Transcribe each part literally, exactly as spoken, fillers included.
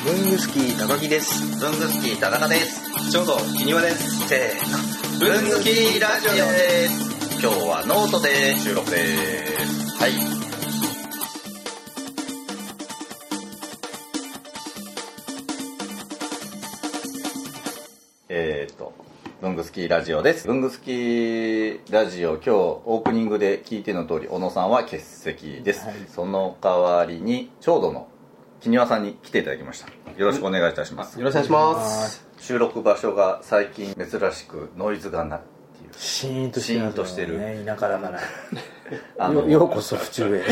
文具スキー高木です。 文具スキー田中です。 ちょうど木庭です。 せーの、文具スキーラジオです。今日はノートで収録です。はい。えーっと文具スキーラジオです。文具スキーラジオ、今日オープニングで聞いての通り小野さんは欠席です、はい、その代わりにちょうどの木庭さんに来ていただきました。 よろしくお願いいたします。 よろしくお願いします。 収録場所が最近珍しくノイズがないっていう、 シーンとしてますよね、 シーンとしてる田舎だからあのようこそ府中へ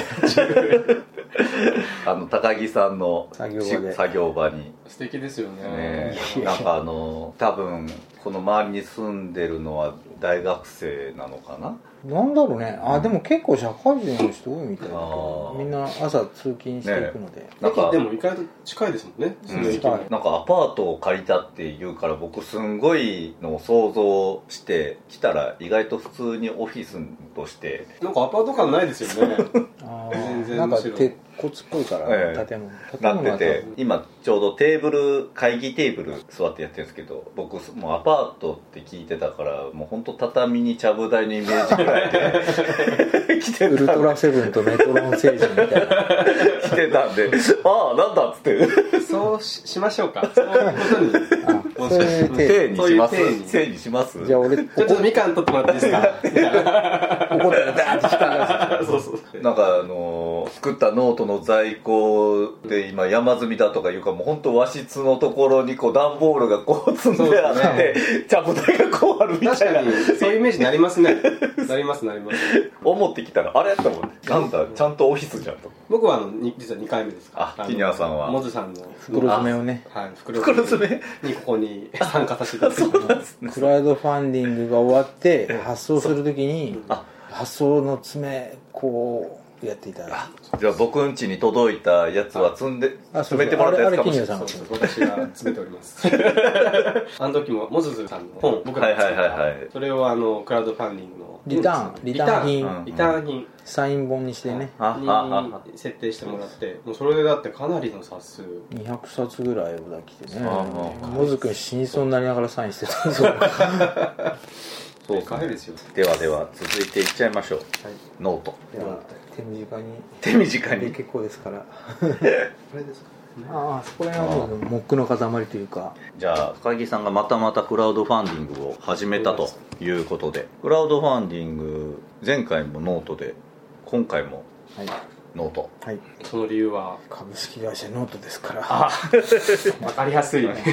あの高木さんの作業場で作業場に素敵ですよね, ねなんかあの多分この周りに住んでるのは大学生なのかな。 なんだろうね。あ、でも結構社会人の人多いみたいな。みんな朝通勤していくので、ね、 なんかでも意外と近いですもんね、 うん、なんかアパートを借りたっていうから僕すんごいのを想像して来たら意外と普通にオフィスとしてなんかアパート感ないですよねあ全然なんか鉄骨っぽいから、ええ、建物建物なってて、今ちょうどテーブル会議テーブル座ってやってるんですけど、僕もうアパートって聞いてたからもう本当畳にちゃぶ台のイメージぐらいで来てた。 ウルトラセブンとメトロン星人みたいな来てたんで、ああなんだっつってそう し, しましょうか。そういうことにそういう体にします。体にします。 じゃあ俺ちょっとみかん取ってもらっていいですか。 怒ってダーって光る。 そうそう。 なんかあのー、作ったノートの在庫で今山積みだとかいうか、もう本当和室のところにこう段ボールがこう積んであって、ちゃぶ台がこうあるみたいな。 確かにそういうイメージになりますね。なりますなります。 思ってきたらあれと思って、なんだちゃんとオフィスじゃんと。 僕はあの実はにかいめですか。 あ、木庭さんはモズさんの袋詰めをね、 はい、 袋詰めにここに参加させていただきます。 クラウドファンディングが終わって発送するときに発送の詰めこうやっていただく。じゃあ僕ん家に届いたやつは積んで詰めてもらったやつかもしれない。 私が詰めておりますあの時もモズズさんの本僕らが作った、はいはいはいはい、それをあのクラウドファンディングのリターンリターン品リターン品サイン本にしてねに設定してもらって、もうそれでだってかなりの冊数にひゃくさつぐらいをだきてね、モズ君死にそうになりながらサインしてたんですよそうですよ。ではでは続いていっちゃいましょう、はい、ノートでは手短に手短に結構ですからこれですか。 ああ、そこら辺はもうモックの塊というか。 じゃあ高木さんがまたまたクラウドファンディングを始めたということで、クラウドファンディング前回もノートで今回もノート、 はい、 その理由は株式会社ノートですから。 あ分かりやすいノ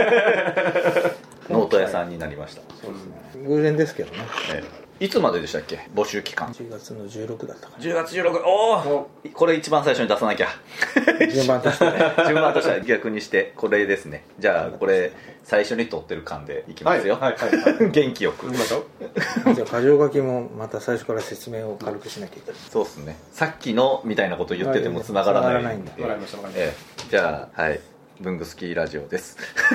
ート屋さんになりました。 そうですね、偶然ですけどね、 ええ、いつまででしたっけ募集期間。 じゅうがつのじゅうろくだったかな。 じゅうがつじゅうろく、おお、これ一番最初に出さなきゃ順番としてね順番としては逆にしてこれですね。じゃあこれ最初に撮ってる感でいきますよ、はいはいはいはい、元気よくいきましょうじゃあ箇条書きもまた最初から説明を軽くしなきゃいけない。 そうですね、さっきのみたいなこと言ってても繋がらない、 ないんで、 わかりましたわかりました、 ええ、じゃあはい、文具スキーラジオです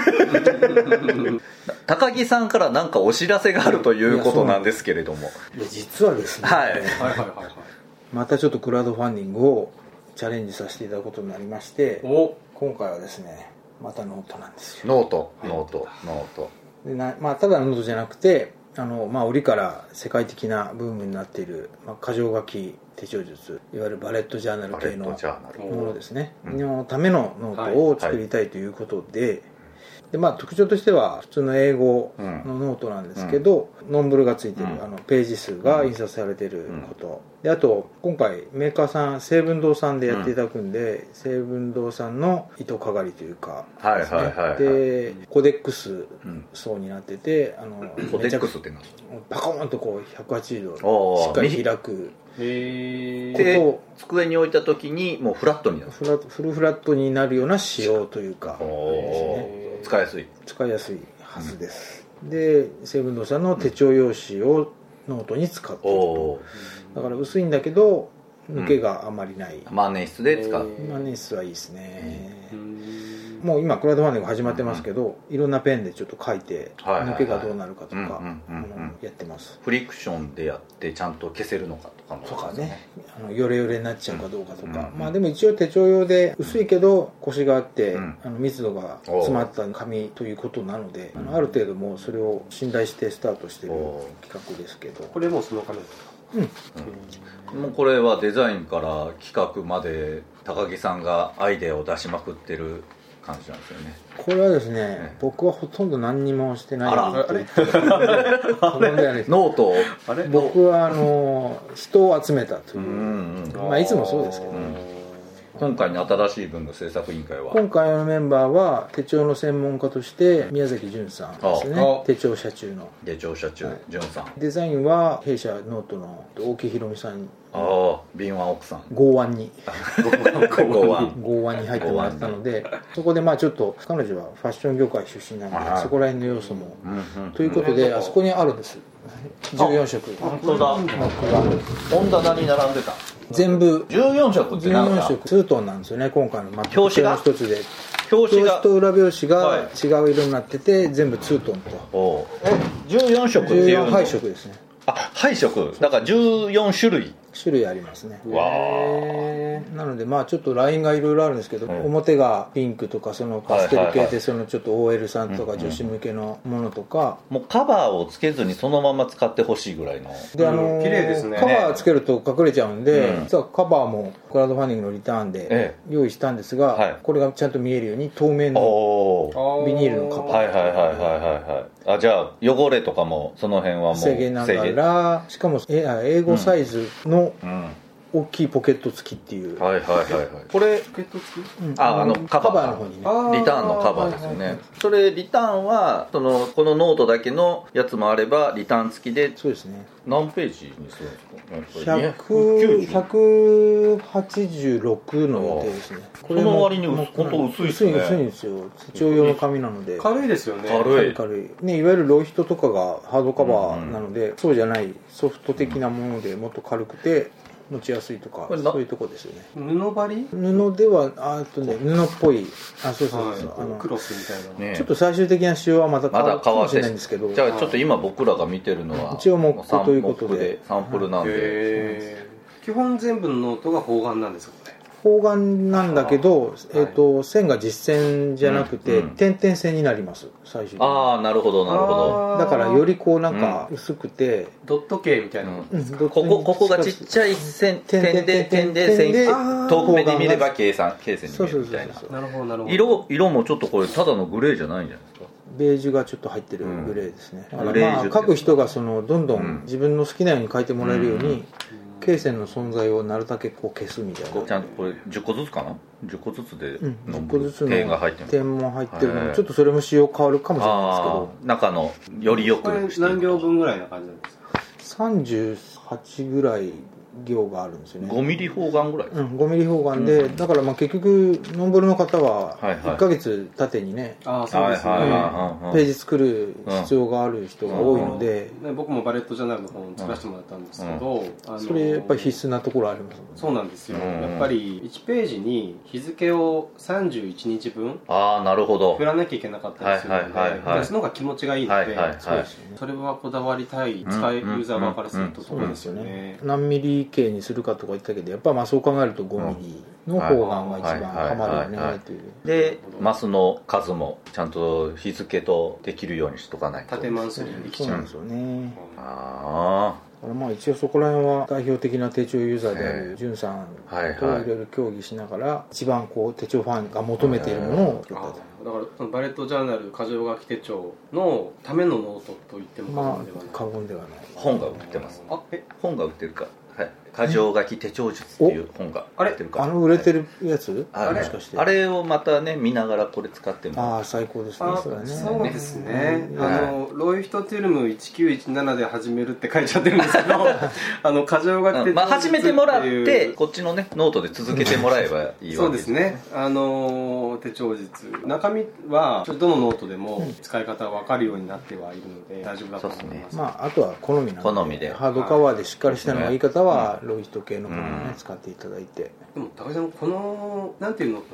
高木さんから何かお知らせがあるということなんですけれども。 いや実はですね、 はい、 はいはいはいはい、 またちょっとクラウドファンディングをチャレンジさせていただくことになりまして、 お今回はですねまたノートなんですよ。 ノートノートノートでな、まあ、ただのノートじゃなくて、あの、まあ、折から世界的なブームになっている、まあ、箇条書き手帳術、いわゆるバレットジャーナル系のものですね、うん、のためのノートを作りたいということで、はいはい、でまあ、特徴としては普通の英語のノートなんですけど、うん、ノンブルがついている、うん、あのページ数が印刷されていること、うん、であと今回メーカーさん成文堂さんでやっていただくんで、成、うん、文堂さんの糸かがりというかですね、はいはいはいはい、でコデックス層になってて、あのコデックスって何パコーンとこうひゃくはちじゅうどしっかり開く。 へで机に置いた時にもうフラットになる、 フラフルフラットになるような仕様というかですね、 使いやすい使いやすいはずです、うん、で成文堂さんの手帳用紙をノートに使っていると、だから薄いんだけど抜けがあまりない、 うん、万年筆で使う、 万年筆はいいですね、 うんもう今クラウドファンディング始まってますけど、いろんなペンでちょっと書いて抜けがどうなるかとかやってます。 フリクションでやってちゃんと消せるのかとかもとかね、あのヨレヨレになっちゃうかどうかとか、まあでも一応手帳用で薄いけどコシがあって、あの密度が詰まった紙ということなので、あのある程度もうそれを信頼してスタートしてる企画ですけど。 これもその紙ですか？ うん、もうこれはデザインから企画まで高木さんがアイデアを出しまくってる感じなんですよね。 これはですね、ね、僕はほとんど何にもしてないので、 ノートを僕はあの人を集めたという、うんうん、まあいつもそうですけど、ね、 今回の新しい文具制作委員会は今回のメンバーは手帳の専門家として宮崎潤さんですね。手帳社中の手帳社中潤さん、 デザインは弊社ノートの大木ひろみさん、 ああ敏腕奥さん剛腕に剛腕剛腕に入ってもらったので、そこでまあちょっと彼女はファッション業界出身なので、そこら辺の要素も、うんうん、ということであそこにあるんです。じゅうよんしょく。 本当だ。本棚に並んでた。 全部じゅうよんしょくってなんかじゅうよんしょくツートンなんですよね。今回のまあ表紙が一つで表紙が表紙と裏表紙が違う色になってて、全部ツートンと。 おじゅうよんしょくっていうのじゅうよん配色ですね。 あ、配色だからじゅうよんしゅるい種類ありますね。 わなのでまあちょっとラインがいろいろあるんですけど、うん、表がピンクとかそのパステル系でそのちょっと オーエル さんとか女子向けのものとか、 もうカバーをつけずにそのまま使ってほしいぐらいので、あのー、綺麗ですね。カバーつけると隠れちゃうんで、うん、実はカバーもクラウドファンディングのリターンで用意したんですが、ええ、これがちゃんと見えるように透明のビニールのカバー、 はいはいはいはいはいはい。あ、じゃあ汚れとかもその辺はもう防げながら、しかも英語サイズの大きいポケット付きっていう、 うん、はいはいはいはい。これポケット付き、うん、ああのカバー、 カバーの方にね、リターンのカバーですよね。それリターンはそのこのノートだけのやつもあればリターン付きで、 そうですね。 何ページにするんですか？ ひゃくはちじゅうろくの予定ですね。 これの割に本当薄いですね。 薄いんですよ。手帳用の紙なので軽いですよね。 軽い軽いね。いわゆるロイヒトとかがハードカバーなので、うんうん、そうじゃないソフト的なものでもっと軽くて持ちやすいとか、そういうとこですよね。 布張り？ 布ではあとね、布っぽい、あ、そうそうそう、 はい、あのクロスみたいな、 ね、ちょっと最終的な仕様はまた変わるかもしれないんですけど、 じゃあちょっと今僕らが見てるのは一応モックということでサンプルなんで、 へー、基本全部のノートが方眼なんですよね。 方眼なんだけど、えーと、線が実線じゃなくて、うんうん、点々線になります最終的に。 ああ、なるほどなるほど。 だからよりこうなんか薄くて、 うん、ドット系みたいな、うん、 ここここがちっちゃい線点で点で線遠く目で見れば計算計線に見えるみたいな。 なるほどなるほど。 色色もちょっとこれただのグレーじゃないんじゃないですか。 ベージュがちょっと入ってるグレーですね。うん、まあ書く人がそのどんどん自分の好きなように書いてもらえるように、うんうん、罫線の存在をなるだけこう消すみたいな。 ちゃんとこれじゅっこずつかな、じゅっこずつでじゅっこずつの点が入ってる、 点も入ってるので、ちょっとそれも仕様変わるかもしれないですけど、 中のよりよくして何行分ぐらいな感じなんですか？ さんじゅうはちぐらい行があるんですよね。 ごミリ方眼ぐらいですか？うん、 ごミリ方眼で、うん、だからまあ結局ノンブルの方はいっかげつ縦にね、 ああそうですね、 ページ作る必要がある人が多いので、 うん、僕もバレットジャーナルの本を作らせてもらったんですけど、うん、 あのそれやっぱり必須なところありますもんね。 そうなんですよ、うん、やっぱりいちページに日付をさんじゅういちにちぶんああなるほど振らなきゃいけなかったりするので、はいはいはいはい、その方が気持ちがいいので、はいはいはい、 そうですよね、 それはこだわりたい使いユーザー側からするとそうですよね。 何ミリ系にするかとか言ったけど、やっぱまあそう考えるとごミリの方眼が一番ハマるよねという。 でマスの数もちゃんと日付とできるようにしとかないと縦マンスリーできちゃうんですよね。 ああ、 まあ一応そこら辺は代表的な手帳ユーザーであるジュンさんといろいろ協議しながら、一番こう手帳ファンが求めているものを作ったと。 だからそのバレットジャーナル箇条書き手帳のためのノートと言っても過言ではない。 まあ過言ではない。 本が売ってます。あ、え、本が売ってるか。はい。箇条書き手帳術っていう本が売ってるか。 あの売れてるやつ？ あれもしかして。あれをまたね見ながらこれ使っても。 ああ最高ですね。 そうですね。あのロイヒトテルムいちきゅういちななで始めるって書いちゃってるんですけど、あの箇条書き手帳術。 まあ始めてもらってこっちのねノートで続けてもらえばいいわけです。 そうですね。あの手帳術中身はどのノートでも使い方が分かるようになってはいるので大丈夫だと思います。 まああとは好みなので。 好みで。 ハードカバーでしっかりしたのがいい方はロイヒト系のものをね使っていただいて。 でも高井さんこのなんていうノートなんでしたっけ？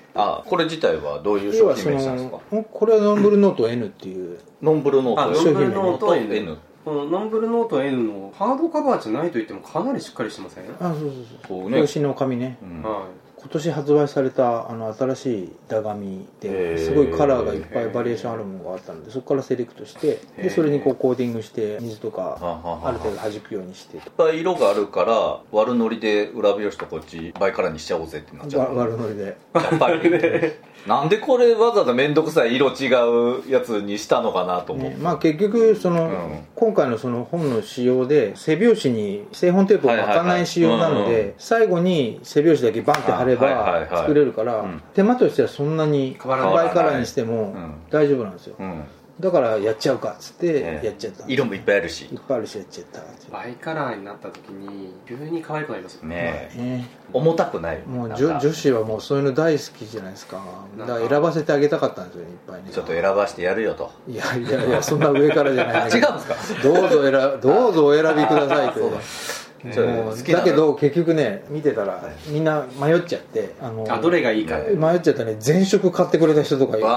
あ、これ自体はどういう商品名したんですか？ これはノンブルノート N っていうノンブルノート商品名ノンブルノート N。 このノンブルノート N のハードカバーじゃないと言ってもかなりしっかりしてません？ あ、そうそうそう、 こうね、 表紙の紙ね、 うん、 はい、 今年発売されたあの新しい板紙ですごいカラーがいっぱいバリエーションあるものがあったので、そこからセレクトしてでそれにこうコーティングして水とかある程度弾くようにして、いっぱい色があるから悪ノリで裏表紙とこっちバイカラーにしちゃおうぜってなっちゃう。 悪ノリでやっぱりなんでこれわざわざ面倒くさい色違うやつにしたのかなと思って、 ね、まあ結局その、うん、今回のその本の仕様で背表紙に製本テープを巻かない仕様なので、最後に背表紙だけバンって貼れば作れるから、手間としてはそんなにバイカラーにしても大丈夫なんですよ、うん、だからやっちゃうかっつってやっちゃった、 色もいっぱいあるしいっぱいあるしやっちゃったバイカラーになった時に急に可愛くなりますよね。 ねえ、ね、重たくない。 もう女子はもうそういうの大好きじゃないですか。だから選ばせてあげたかったんですよね、いっぱいね。 ちょっと選ばしてやるよと。 いやいやいや、そんな上からじゃない違うんですか？ どうぞ選どうぞお選びくださいと。もうだけど結局ね見てたらみんな迷っちゃって、 あのあどれがいいか迷っちゃったね。全色買ってくれた人とかいる。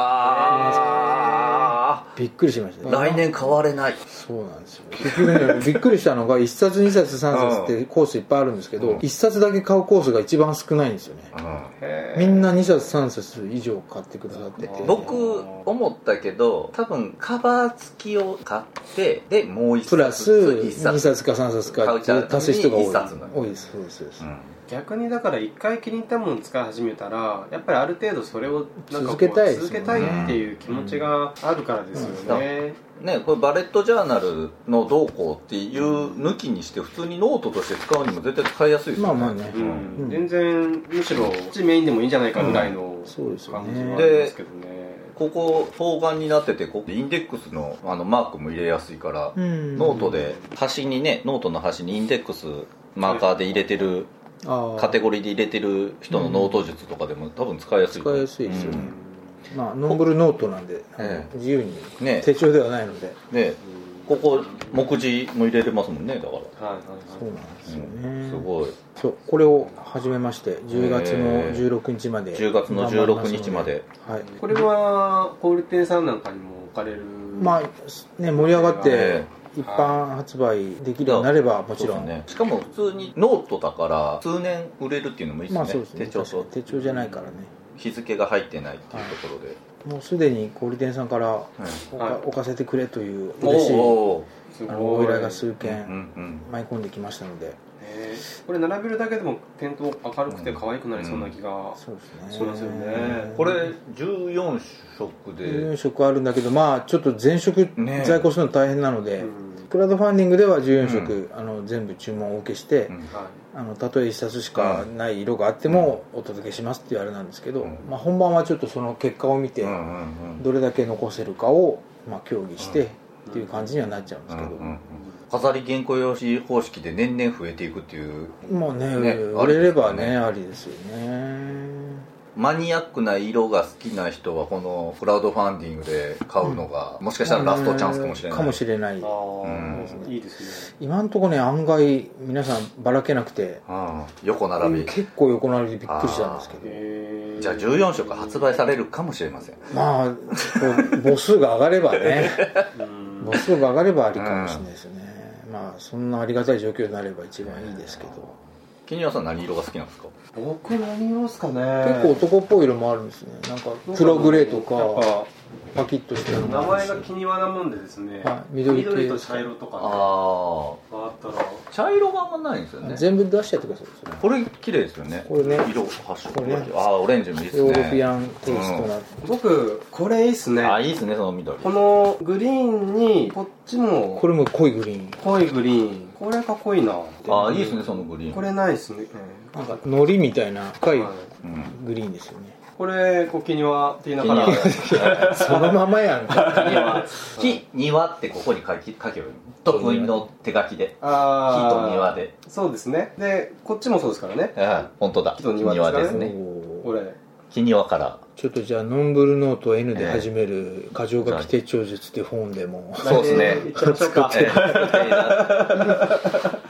びっくりしました、ね、 来年買われない。 そうなんですよ。結局ねびっくりしたのがいっさつにさつさんさつってコースいっぱいあるんですけど、うん、いっさつだけ買うコースが一番少ないんですよね、うん、みんなにさつさんさつ以上買ってくださってて、 僕思ったけど多分カバー付きを買ってでもういっさつプラスにさつかさんさつか足す人が多い。多いです。そうですそうです、うん、 逆にだから一回気に入ったものを使い始めたらやっぱりある程度それをなんか続けたい、 続けたいっていう気持ちがあるからですよね、 うん、ね、これバレットジャーナルのどうこうっていう抜きにして普通にノートとして使うにも絶対使いやすいですよね。 まあまあね、 うん、全然むしろこっちメインでもいいんじゃないかぐらいの感じはありますけどね。 ここ方眼になっててここインデックス の, あのマークも入れやすいから、うん、ノートで端にねノートの端にインデックスマーカーで入れてる、はい、カテゴリーで入れてる人のノート術とかでも多分使いやすい。 使いやすいですよね、うん、まあノンブルノートなんで、ええ、自由に、ね、手帳ではないので、 ね、ここ目次も入れれますもんね。だから、はいはいはい、そうなんですよね、 うん、すごい。 そうこれを始めましてじゅうがつのじゅうろくにちまで、 じゅうがつのじゅうろくにちまで、 はい、これは小売店さんなんかにも置かれる。 まあね、盛り上がって一般発売できるようになればもちろん、 ね、しかも普通にノートだから数年売れるっていうのもいいですね。 まあそうですね、 手帳と手帳じゃないからね、 日付が入ってないっていうところで、 はい、もうすでに小売店さんから置か、はい、置かせてくれという嬉しいおあのお依頼が数件舞い込んできましたので、 これ並べるだけでも店頭明るくて可愛くなりそうな気がしますよね。 これじゅうよんしょくでじゅうよんしょくあるんだけど、まあちょっと全色在庫するの大変なので、ね、クラウドファンディングではじゅうよんしょく、うん、あの全部注文をお受けして、うん、あのたとえいっさつしかない色があってもお届けしますっていうあれなんですけど、うん、まあ、本番はちょっとその結果を見てどれだけ残せるかを、まあ、協議してっていう感じにはなっちゃうんですけど、うんうんうん、 飾り原稿用紙方式で年々増えていくっていう。 まあね、ね、売れればね、ありですよね。 マニアックな色が好きな人はこのクラウドファンディングで買うのが、うん、もしかしたらラストチャンスかもしれない。 かもしれない。 あ、うん、いいですね。 今のところね、案外皆さんばらけなくて、 うん、横並び、 結構横並びでびっくりしたんですけど。 じゃあじゅうよんしょく発売されるかもしれません。 まあ母数が上がればね母数が上がればありかもしれないですよね、うん、まあそんなありがたい状況になれば一番いいですけど。 木庭さん何色が好きなんですか？ 僕何色ですかね。 結構男っぽい色もあるんですね。なんか黒グレーとかパキッとしてる名前が木庭なもんでですね、はい、緑, 緑と茶色とか、ね、ああったら茶色があんまないんですよね。 全部出しちゃってください。それこれ綺麗ですよね。 これね、 色発色、ね、ああオレンジもいいですね。 ヨーロピアンテイストな、うん、 僕これいいっすね。 ああいいっすね。その緑、 このグリーンにこっちもこれも濃いグリーン、 濃いグリーン、これかっこいいな。 ああいいっすね。そのグリーンこれないっすね、 うん、なんか海苔みたいな深いグリーンですよね。 これこう木庭って言いながらそのままやんか。 木庭ってここに書き書けばいい。得意の手書きで木と庭で。 そうですね。でこっちもそうですからね。 ああ本当だ。 木と庭ですね。 これ木庭からちょっとじゃあノンブルノート N で始める箇条書き手帳術って本でもそうですね。 いっちゃいましょうか。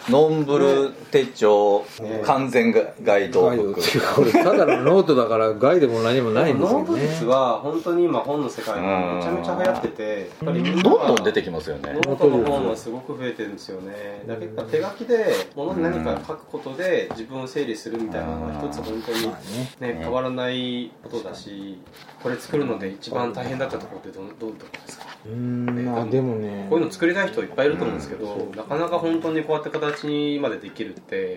ノンブル手帳、ね、完全ガイドブック。 これただのノートだからガイドも何もないんですよね。 ノート術は本当に今本の世界がめちゃめちゃ流行ってて、やっぱりどんどん出てきますよね。 ノートの本がすごく増えてるんですよね。だけど手書きで物に何か書くことで自分を整理するみたいなのが一つ本当にね変わらないことだし、これ作るので一番大変だったところってどどういうところですか？ うーん、まあでもね、 こういうの作りたい人いっぱいいると思うんですけど、なかなか本当にこうやって形にまでできるって。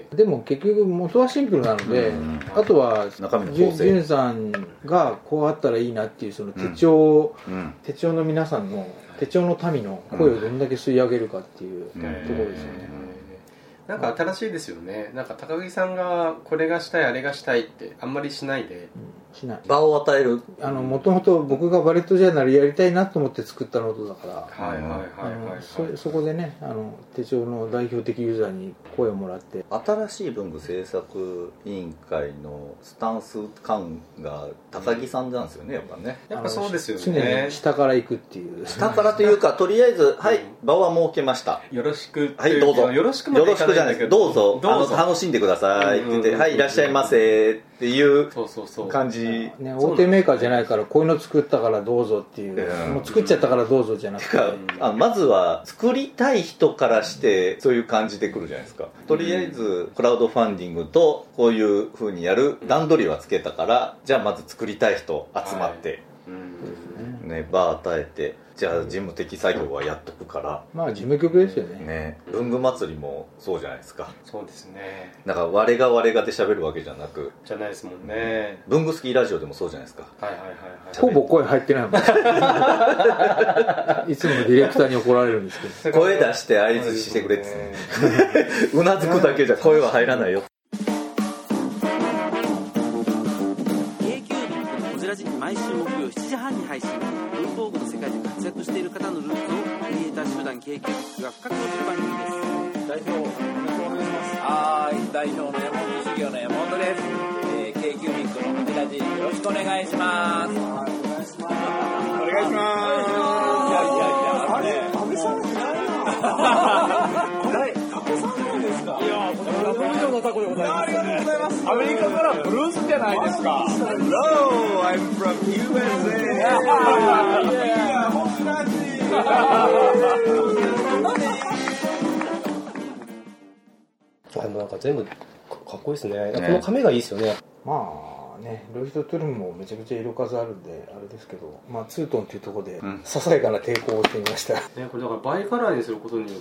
でも結局元はシンプルなので、あとはジュンさんがこうあったらいいなっていうその手帳、うん、手帳の皆さんの手帳の民の声をどんだけ吸い上げるかっていうところですよね。 なんか新しいですよね。なんか高木さんがこれがしたいあれがしたいってあんまりしないで、 うん、しない場を与える。 あのもともと僕がバレットジャーナルやりたいなと思って作ったノートだから、 はいはいはいはい、はい、 そ, そこでねあの手帳の代表的ユーザーに声をもらって、 新しい文具制作委員会のスタンス感が高木さんなんですよね、やっぱね。 やっぱそうですよね。 常に下から行くっていう。 下からというかとりあえずはい場は設けました。 よろしく。 はいどうぞ。 よろしくまでいかないんだけど。 じゃないですどうぞ、どうぞあの楽しんでくださいって言って、うんうんうん、はいいらっしゃいませっていう感じ。 ね、大手メーカーじゃないからこういうの作ったからどうぞっていう、うん、もう作っちゃったからどうぞじゃなくて、 うん、あまずは作りたい人からしてそういう感じで来るじゃないですか。とりあえずクラウドファンディングとこういう風にやる段取りはつけたから、じゃあまず作りたい人集まって、はいうんね、場与えて、じゃあ事務的作業はやっとくから。 まあ事務局ですよね。 ね、文具祭りもそうじゃないですか。 そうですね。 だから我が我がで喋るわけじゃなく。 じゃないですもんね。 文具好きラジオでもそうじゃないですか。 はいはいはいはい。 ほぼ声入ってないもん。いつもディレクターに怒られるんですけど。声出して合図してくれってね。うなずくだけじゃ声は入らないよ。 毎週木曜しちじはんに配信。文房具の世界で活躍している方のルーツをクリエイター集団 ケーキュービックが深く落ちる番組です。代表よろしくお願いします。はい、代表の山本修行の山本です。えー、ケーキュービックのホテラジよろしくお願いします。はい、お願いします。お願いします。いやいやいや、あれ安倍さんいないな。誰？タコさんなんですか？いや、これは以上のタコでございます。ありがとうございます。アメリカからブルースじゃないですか。Hello, I'm from ユーエスエー. いや、ホテラジ。 でもなんか全部かっこいいですね。この紙がいいですよね。 まあね、ロイドトゥルンもめちゃくちゃ色数あるんであれですけど、まあツートンっていうところでささやかな抵抗をしてみました。ね、 これだからバイカラーにすることによって。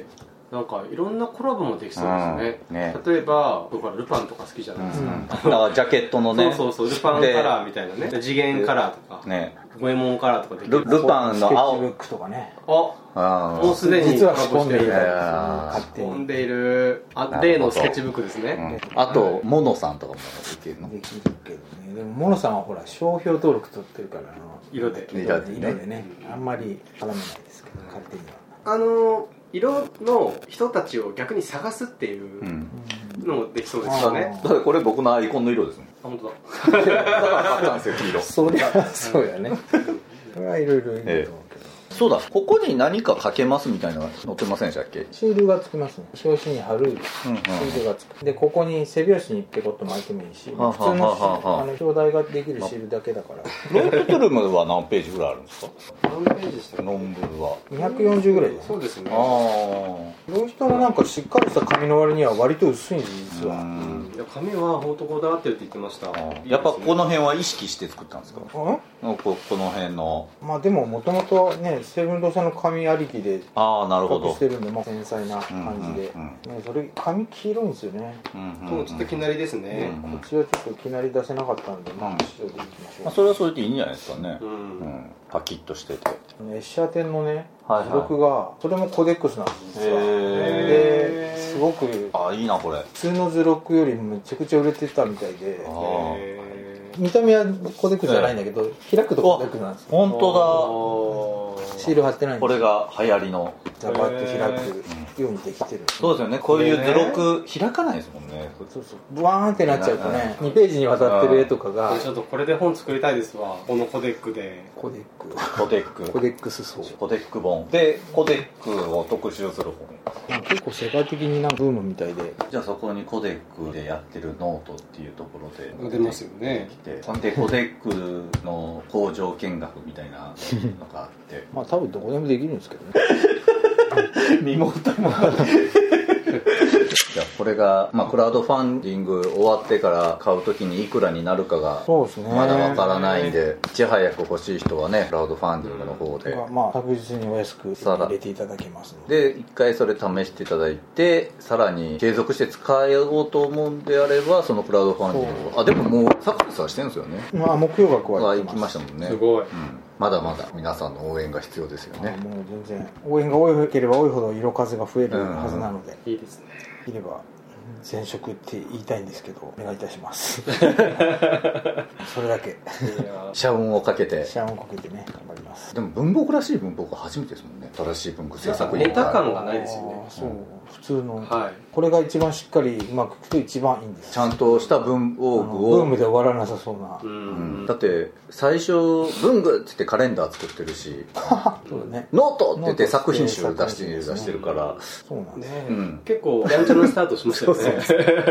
なんかいろんなコラボもできそうですね。うん、ね例えば僕はルパンとか好きじゃないですか。うん、だからジャケットのね。 そうそうそうルパンカラーみたいなね。次元カラーとか。ね。五右衛門カラーとかできる。 ル, ルパンの青スケッチブックとかね。 あ、もうすでに実は仕込んでいる。 仕込んでいる。あ、例のスケッチブックですね。 うん、あとモノさんとかもできるの。 できるけどね。でもモノさんはほら商標登録取ってるから色で色で色でね、あんまり絡めないですけど勝手には。 あの色の人たちを逆に探すっていうのもできそうですよね。 だからこれ僕のアイコンの色ですね。 あ、本当だ。 だから買ったんですよ、黄色。 そりゃそうやね。これはいろいろいいと思うけど。 そうだ、ここに何か書けますみたいなのが載ってませんでしたっけ？ シールがつきますね。表紙に貼るシールがつく。で、ここに背表紙にペコッと巻いてもいいし、普通のあの表題ができるシールだけだから。 ロイドトゥルムは何ページぐらいあるんですか？ 何ページですか？ ノンブルはにひゃくよんじゅうぐらいです。 そうですね。 ああ。ロイドのなんかしっかりした紙の割には割と薄いんです実は。 紙は本当こだわってるって言ってました。 やっぱこの辺は意識して作ったんですか？この辺の。 まあでももともとね、セブンド社の紙ありきでああなるほどしてるんで、まあ繊細な感じで、うんうんうんね、それ紙黄色いんですよね。 うんうんうん、ちょっときなりですね。 うんうん、こっちはちょっときなり出せなかったんで、まあ一緒でいきましょう。 まあそれはそれでいいんじゃないですかね。うんうん、パキッとしてて。 エッシャー店のね、付録がそれもコデックスなんです実は。ですごくあいいなこれ。 普通の図録よりめちゃくちゃ売れてたみたいで。見た目はコデックじゃないんだけど、開くとコデックなんですよ。 本当だ。シール貼ってないんです。 これが流行りのザバッと開くようにできてる。 そうですよね。こういう図録開かないですもんね。 そうそう。ブワーンってなっちゃうとね、にページにわたってる絵とかが。 ちょっとこれで本作りたいですわ。このコデックで。 コデック。 コデック。 コデックスそう。 コデック本でコデックを特集する本。 結構世界的になんかブームみたいで、 じゃあそこにコデックでやってるノートっていうところで出ますよね。 ほんでコデックの工場見学みたいなのがあってまあ多分どこでもできるんですけどね身元もじゃあこれが、まあ、クラウドファンディング終わってから買うときにいくらになるかがそうですねまだわからないんで、いち早く欲しい人はねクラウドファンディングの方で、 まあ確実にお安く入れていただけますので、 で一回それ試していただいて、さらに継続して使えようと思うんであればそのクラウドファンディングを、あでももうサクセスはしてるんですよね。 まあ目標額は行きましたもんね。 すごい、 うん、まだまだ皆さんの応援が必要ですよね。 もう全然応援が多ければ多いほど色数が増えるはずなので、 いいですね。 いれば前職って言いたいんですけどお願いいたしますそれだけ社運をかけて社運をかけてね頑張ります。 でも文房具らしい文房具は初めてですもんね。新しい文具制作ネタ感がないですよね。 そう、普通の、 はい、これが一番しっかりうまくいくと一番いいんです。 ちゃんとした文房具をブームで終わらなさそうな、 うん、だって最初文具って言ってカレンダー作ってるしそうだね、 ノートって言って作品集出して出してるから、 そうなんですね、 うん、 結構やんちゃなスタートしましたよね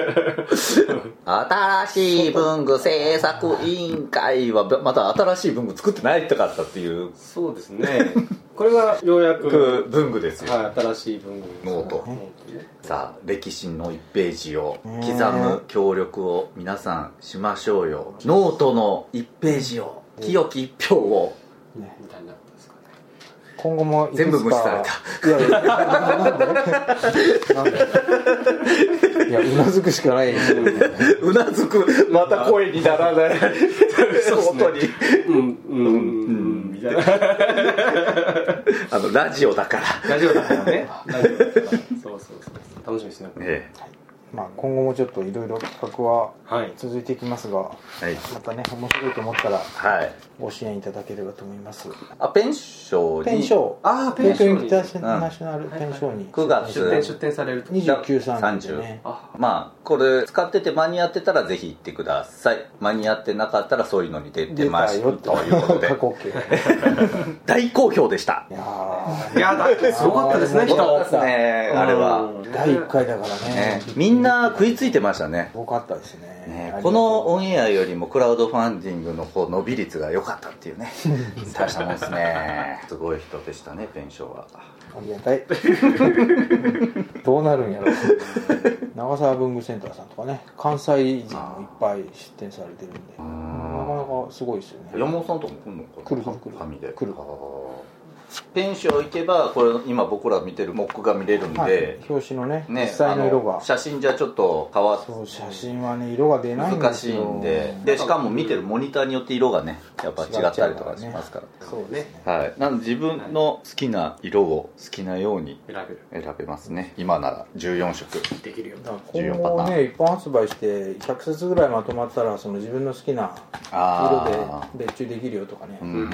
新しい文具制作委員会はまた新しい文具作ってないとかったっていう。 そうですねこれがようやく文具ですよ、 はい、新しい文具ノート、ね、さあ歴史のいちページを刻む協力を皆さんしましょうよ。ノートのいちページを清き一票を、 ね、みたいになったんですかね。 今後も全部無視された。 いやいやなんでなんでいやうなずくしかないですよねうなずくまた声にならない本当にうんうんうんみたいなあのラジオだからラジオだからねラジオだからそうそうそう楽しみですね、 ええ、 はい、まあ、今後もちょっといろいろ企画は続いていきますが、はい、またね面白いと思ったらご支援いただければと思います。 あ、ペンショーにペンショーあペンショーにインターナショナルペンショーにくがつ出店出店されるとにじゅうく、さんじゅうね。 まあこれ使ってて間に合ってたらぜひ行ってください。間に合ってなかったらそういうのに出てましたということで大好評でした。 いやーいやだってすごかったですね。 人ですねあれはだいいっかいだからね、 ね、みんな食いついてましたね。 すごかったですね。 ね、このオンエアよりもクラウドファンディングの方伸び率が良かったっていうね大したもんですね。すごい人でしたねペンショーは。 ありがたいどうなるんやろ長沢文具センターさんとかね関西人もいっぱい出店されてるんでなかなかすごいですよね。 山本さんとも来るのか来る来る来る紙で来る。 ペンショー行けばこれ今僕ら見てるモックが見れるんで、はい、 表紙の ね, ね実際の色が写真じゃちょっと変わってそう写真はね色が出ないんですよ。 難しいんででしかも見てるモニターによって色がねやっぱ違ったりとかしますから、 ね、そうね、 はい、なので自分の好きな色を好きなように選べる選べますね。今ならじゅうよんしょくできるよ。 今後ね一般発売してひゃくさつぐらいまとまったらその自分の好きな色で別注できるよとかね、うんうんうん、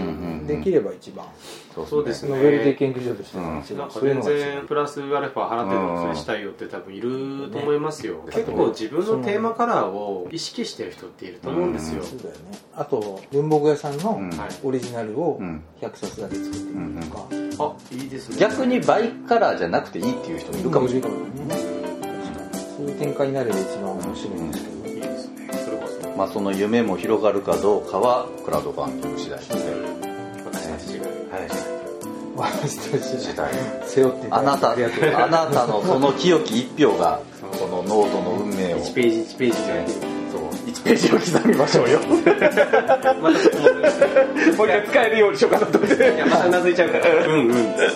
できれば一番そうですね。 ノベルティ研究所としては、 うん、なんか全然プラスアルファ払ってでもそれしたいよって多分いると思いますよ、ね、結構自分のテーマカラーを意識してる人っていると思うんですよ、うん、 そうだよね。あと文房具屋さんのオリジナルをひゃくさつだけ作ってみるとか、 うんうん、あいいですね。 逆にバイカラーじゃなくていいっていう人もいるかもしれない、うん、 そういう展開になれば一番面白いんですけど、 いいですね。それこそまあその夢も広がるかどうかはクラウドファンディング次第ですね。 私たち次第、はい、 私たち時代背負っていただいてあなたあなたのその清き一票がこのノートの運命をいちページいちページでそういちページを刻みましょうよまたちょっともう一回使えるようにしようかなと思って、 いやまたうなずいちゃうからうんうん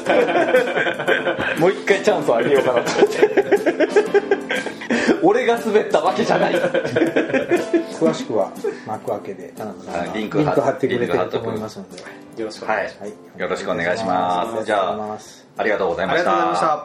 もう一回チャンスをあげようかなと思って俺が滑ったわけじゃない詳しくは幕開けで田中さんがリンク貼ってくれてると思いますのでよろしくお願いします、 はい、よろしくお願いします。じゃあありがとうございました。 ありがとうござい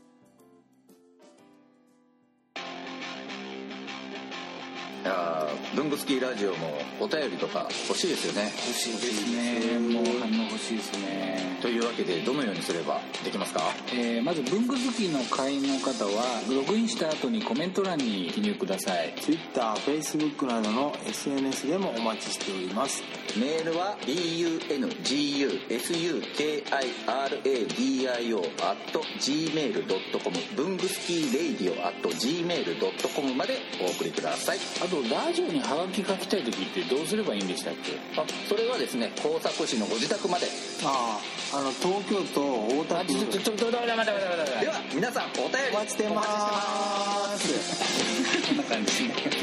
ました。 文具スキーラジオもお便りとか欲しいですよね。 欲しいですね。もう反応欲しいですね。 というわけでどのようにすればできますか？ えー、まず文具好きの会員の方はログインした後にコメント欄に記入ください。 Twitter、Facebook などの エスエヌエス でもお待ちしております。 メールは ブングスキーラジオ アット ジーメールドットコム 文具スキーレイディオ アット ジーメールドットコム までお送りください。 あとラジオにハガキ書きたい時ってどうすればいいんでしたっけ？ あ、それはですね、工作士のご自宅まで。 ああ、あの東京都大田区。 ちょちょちょちょ待って待って待って待って。 では皆さんお便りお待ちしてます。 こんな感じですね。